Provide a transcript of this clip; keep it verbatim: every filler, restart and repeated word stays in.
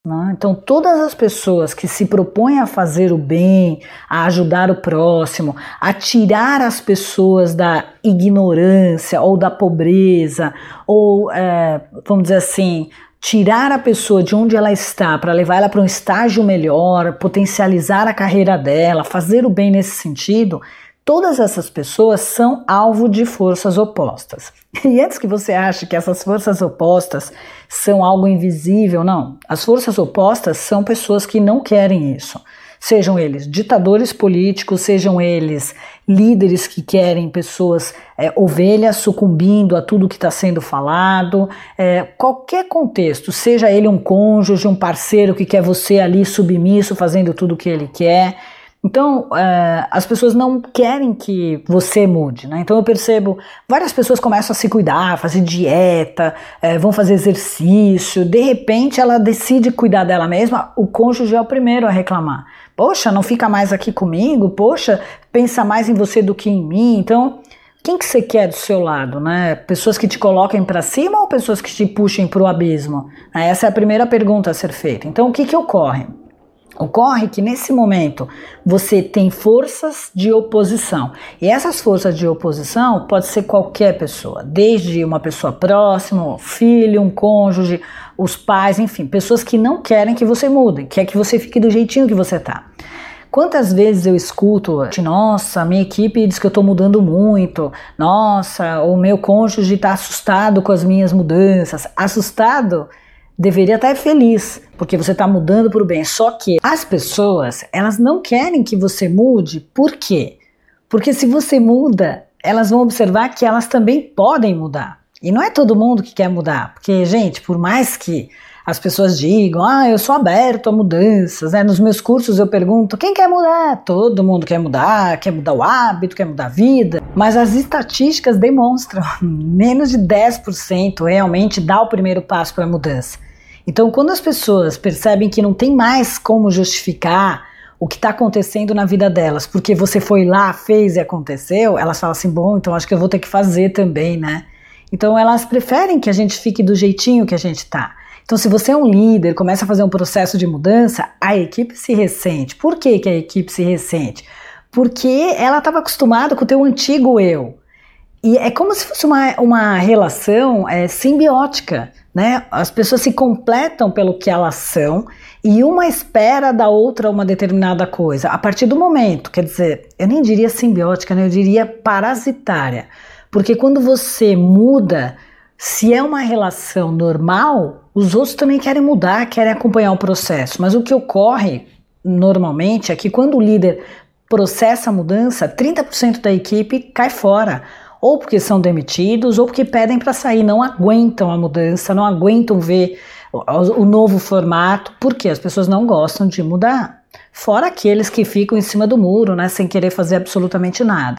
Né? Então todas as pessoas que se propõem a fazer o bem, a ajudar o próximo, a tirar as pessoas da ignorância ou da pobreza, ou é, vamos dizer assim, tirar a pessoa de onde ela está para levar ela para um estágio melhor, potencializar a carreira dela, fazer o bem nesse sentido, todas essas pessoas são alvo de forças opostas. E antes que você ache que essas forças opostas são algo invisível, não. As forças opostas são pessoas que não querem isso. Sejam eles ditadores políticos, sejam eles líderes que querem pessoas, é, ovelhas, sucumbindo a tudo que está sendo falado, é, qualquer contexto, seja ele um cônjuge, um parceiro que quer você ali submisso, fazendo tudo o que ele quer. Então, uh, as pessoas não querem que você mude, né? Então eu percebo, várias pessoas começam a se cuidar, fazer dieta, uh, vão fazer exercício, de repente ela decide cuidar dela mesma, o cônjuge é o primeiro a reclamar. Poxa, não fica mais aqui comigo, poxa, pensa mais em você do que em mim. Então, quem que você quer do seu lado, né? Pessoas que te coloquem para cima ou pessoas que te puxem para o abismo? Essa é a primeira pergunta a ser feita. Então, o que que ocorre? Ocorre que nesse momento você tem forças de oposição, e essas forças de oposição pode ser qualquer pessoa, desde uma pessoa próxima, um filho, um cônjuge, os pais, enfim, pessoas que não querem que você mude, quer que você fique do jeitinho que você tá. Quantas vezes eu escuto, nossa, minha equipe diz que eu estou mudando muito, nossa, o meu cônjuge está assustado com as minhas mudanças. Assustado? Deveria estar feliz, porque você está mudando para o bem. Só que as pessoas, elas não querem que você mude. Por quê? Porque se você muda, elas vão observar que elas também podem mudar. E não é todo mundo que quer mudar. Porque, gente, por mais que as pessoas digam, ah, eu sou aberto a mudanças, né? Nos meus cursos eu pergunto, quem quer mudar? Todo mundo quer mudar, quer mudar o hábito, quer mudar a vida. Mas as estatísticas demonstram, menos de dez por cento realmente dá o primeiro passo para a mudança. Então, quando as pessoas percebem que não tem mais como justificar o que está acontecendo na vida delas, porque você foi lá, fez e aconteceu, elas falam assim, bom, então acho que eu vou ter que fazer também, né? Então, elas preferem que a gente fique do jeitinho que a gente tá. Então, se você é um líder, começa a fazer um processo de mudança, a equipe se ressente. Por que que a equipe se ressente? Porque ela estava acostumada com o teu antigo eu. E é como se fosse uma, uma relação é, simbiótica, né? As pessoas se completam pelo que elas são e uma espera da outra uma determinada coisa. A partir do momento, quer dizer, eu nem diria simbiótica, né? Eu diria parasitária. Porque quando você muda, se é uma relação normal, os outros também querem mudar, querem acompanhar o processo. Mas o que ocorre normalmente é que quando o líder processa a mudança, trinta por cento da equipe cai fora. Ou porque são demitidos, ou porque pedem para sair, não aguentam a mudança, não aguentam ver o, o novo formato, porque as pessoas não gostam de mudar. Fora aqueles que ficam em cima do muro, né, sem querer fazer absolutamente nada.